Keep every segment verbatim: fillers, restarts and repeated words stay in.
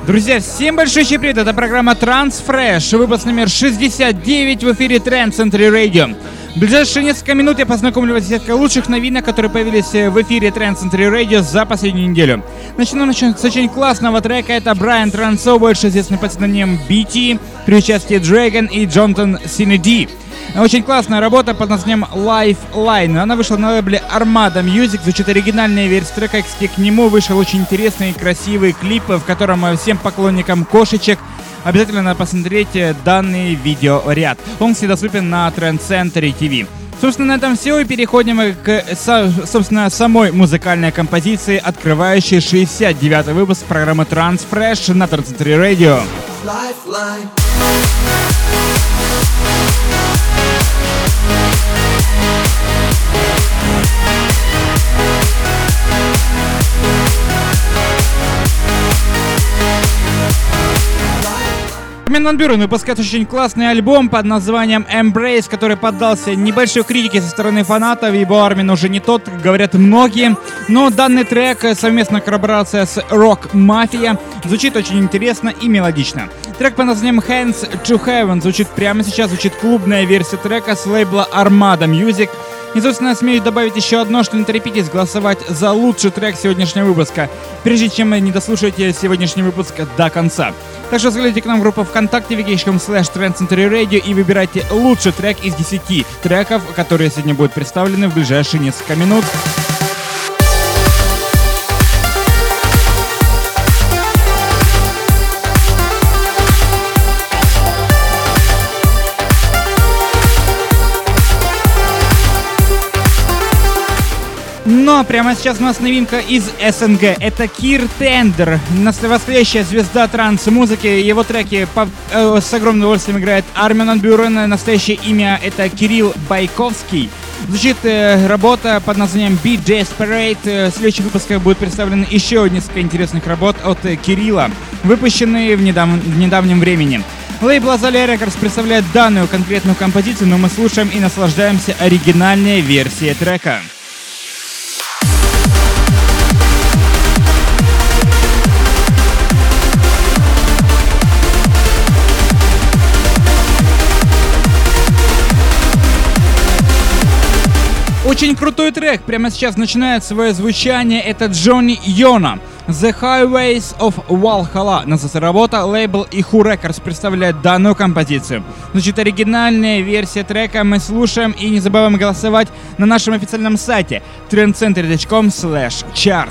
Друзья, всем большой привет, это программа Transfresh, выпуск номер шестьдесят девять в эфире Trend Century Radio. В ближайшие несколько минут я познакомлю вас с десяткой лучших новинок, которые появились в эфире Trend Century Radio за последнюю неделю. Начнем с очень классного трека, это Брайан Трансо, больше известный под псевдонимом би ти, при участии Dragon и Джонатан Синеди. Очень классная работа под названием Lifeline. Она вышла на лейбле Armada Music. Звучит оригинальная версия трека. К нему вышел очень интересный и красивый клип, в котором всем поклонникам кошечек обязательно надо посмотреть данный видеоряд. Он всегда доступен на Trend Century ти ви. Собственно, на этом все, и переходим к, собственно, самой музыкальной композиции, открывающей шестьдесят девятый выпуск программы Transfresh на Trend Century Radio. Lifeline. Армин ван Бюрен выпускает очень классный альбом под названием Embrace, который поддался небольшой критике со стороны фанатов, ибо Армин уже не тот, как говорят многие. Но данный трек, совместная коллаборация с Rock Mafia, звучит очень интересно и мелодично. Трек под названием Hands to Heaven звучит прямо сейчас, звучит клубная версия трека с лейбла Armada Music. И, собственно, смею добавить еще одно, что не торопитесь голосовать за лучший трек сегодняшнего выпуска, прежде чем не дослушаете сегодняшний выпуск до конца. Так что заходите к нам в группу ВКонтакте ви кей точка ком слэш Trend Century Radio и выбирайте лучший трек из десяти треков, которые сегодня будут представлены в ближайшие несколько минут. Но прямо сейчас у нас новинка из эс эн гэ. Это Кир Тендер, настоящая звезда транс-музыки. Его треки по, э, с огромным удовольствием играет Армин ван Бюрен. Настоящее имя это Кирилл Байковский. Звучит э, работа под названием Be Desperate. Э, в следующих выпусках будут представлены еще несколько интересных работ от э, Кирилла, выпущенные в, недав... в недавнем времени. Лейбл Azalea Records представляет данную конкретную композицию, но мы слушаем и наслаждаемся оригинальной версией трека. Очень крутой трек прямо сейчас начинает свое звучание. Это Джонни Йона. The Highways of Valhalla. Называется работа. Лейбл Ihu Records представляет данную композицию. Значит, оригинальная версия трека мы слушаем, и не забываем голосовать на нашем официальном сайте трend century точка ком слэш чарт.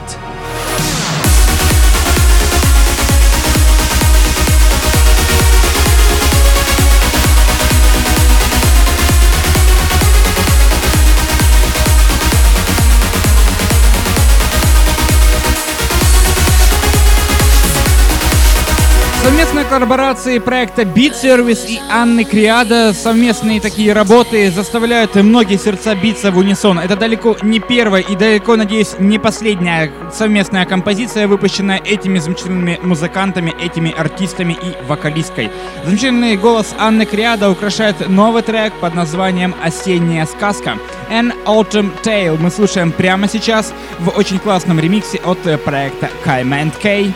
Совместные коллаборации проекта Beat Service и Анны Криада, совместные такие работы заставляют многие сердца биться в унисон. Это далеко не первая и далеко, надеюсь, не последняя совместная композиция, выпущенная этими замечательными музыкантами, этими артистами и вокалисткой. Замечательный голос Анны Криада украшает новый трек под названием «Осенняя сказка». An Autumn Tale мы слушаем прямо сейчас в очень классном ремиксе от проекта Kaiman K.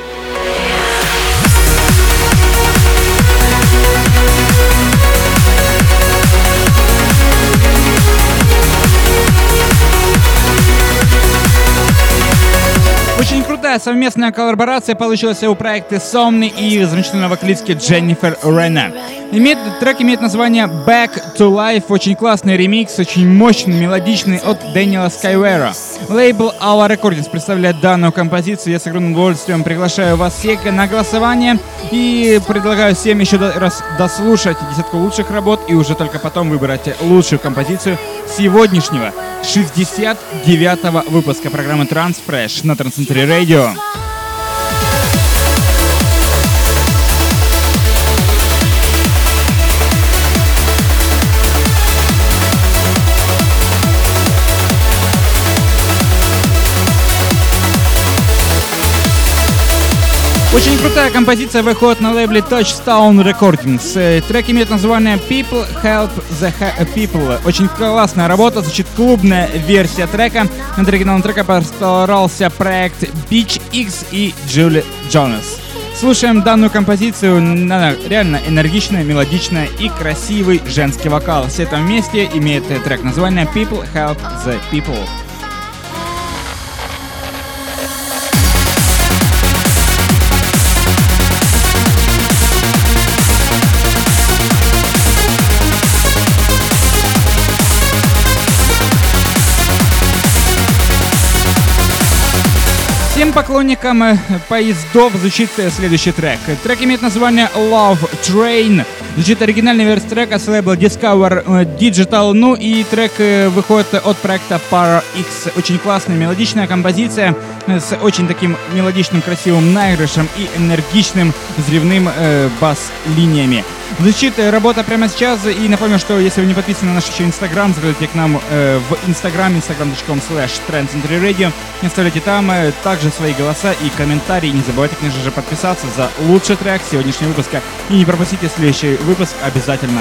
Очень крутая совместная коллаборация получилась у проекта Somni и замечательной вокалистки Дженнифер Рена. Имеет, трек имеет название Back to Life, очень классный ремикс, очень мощный, мелодичный от Дэниела Скайвера. Лейбл Ала Recordings представляет данную композицию. Я с огромным удовольствием приглашаю вас всех на голосование и предлагаю всем еще раз дослушать десятку лучших работ и уже только потом выбирать лучшую композицию сегодняшнего шестьдесят девятого выпуска программы Transfresh на Trend Century Radio. Очень крутая композиция выходит на лейбле Touchstone Recordings. Трек имеет название People Help the People. Очень классная работа, звучит клубная версия трека. Над оригиналом трека постарался проект Beach X и Julie Jonas. Слушаем данную композицию, она реально энергичная, мелодичная и красивый женский вокал. Все это вместе имеет трек название People Help the People. Всем поклонникам поездов звучит следующий трек. Трек имеет название Love Train. Звучит оригинальный версия трека с лейбла Discover Digital. Ну и трек выходит от проекта Para X. Очень классная мелодичная композиция с очень таким мелодичным, красивым наигрышем и энергичным взрывным э, бас-линиями. Звучит работа прямо сейчас. И напомню, что если вы не подписаны на наш еще Инстаграм, заходите к нам э, в Инстаграм, инстаграм точка ком слэш тренд центр радио. Оставляйте там э, также свои голоса и комментарии. Не забывайте, конечно же, подписаться за лучший трек сегодняшнего выпуска. И не пропустите следующий выпуск обязательно.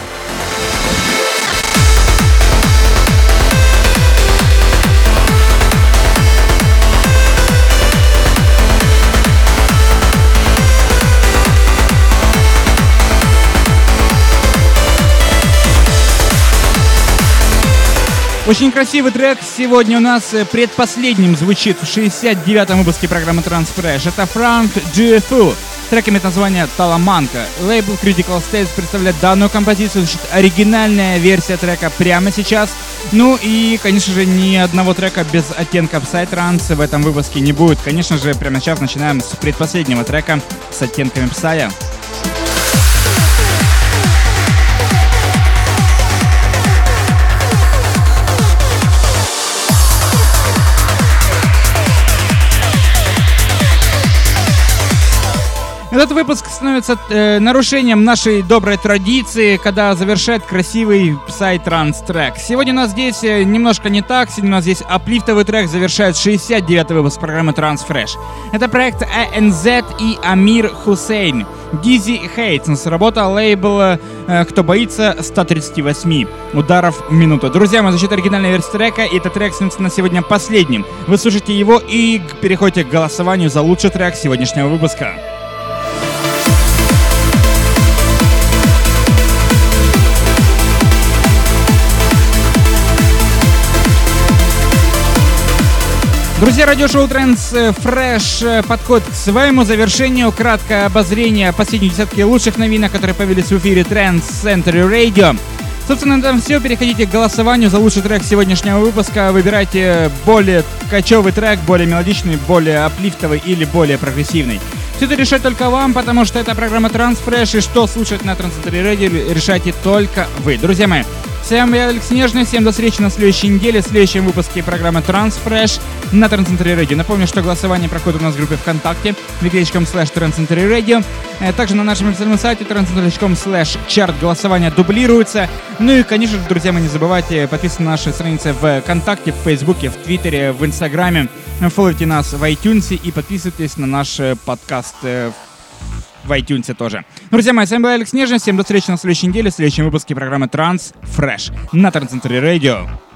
Очень красивый трек сегодня у нас предпоследним звучит в шестьдесят девятом выпуске программы Transfresh. Это Frank Giuffу. Трек имеет название Таламанка. Лейбл Critical States представляет данную композицию. Звучит оригинальная версия трека прямо сейчас. Ну и, конечно же, ни одного трека без оттенков Psytrance в этом выпуске не будет. Конечно же, прямо сейчас начинаем с предпоследнего трека с оттенками Psy. Этот выпуск становится э, нарушением нашей доброй традиции, когда завершает красивый Psytrance трек. Сегодня у нас здесь э, немножко не так. Сегодня у нас здесь аплифтовый трек завершает шестьдесят девятый выпуск программы Transfresh. Это проект эй эн зет и Амир Хусейн. Dizzy Hates. Работа лейбла э, «Кто боится» сто тридцать восемь ударов в минуту. Друзья мои, звучит оригинальная версия трека, и этот трек становится на сегодня последним. Вы слушаете его и переходите к голосованию за лучший трек сегодняшнего выпуска. Друзья, радиошоу Transfresh подходит к своему завершению. Краткое обозрение последних десятки лучших новинок, которые появились в эфире Trend Center Radio. Собственно, на этом все. Переходите к голосованию за лучший трек сегодняшнего выпуска. Выбирайте более качевый трек, более мелодичный, более аплифтовый или более прогрессивный. Все это решать только вам, потому что это программа Transfresh, и что слушать на Trend Center Radio решайте только вы. Друзья мои, всем я Алекс Нежный, всем до встречи на следующей неделе, в следующем выпуске программы Transfresh на Trend Center Radio. Напомню, что голосование проходит у нас в группе ВКонтакте ви точка ком слэш тренд центр радио. Также на нашем официальном сайте тренд центр точка ком слэш чарт голосование дублируется. Ну и, конечно же, друзья мои, не забывайте подписываться на наши страницы в ВКонтакте, в Фейсбуке, в Твиттере, в Инстаграме. Фолловите нас в iTunes и подписывайтесь на наш подкаст в iTunes тоже. Друзья мои, с вами был Алекс Нежный. Всем до встречи на следующей неделе в следующем выпуске программы Transfresh на Trend Center Radio.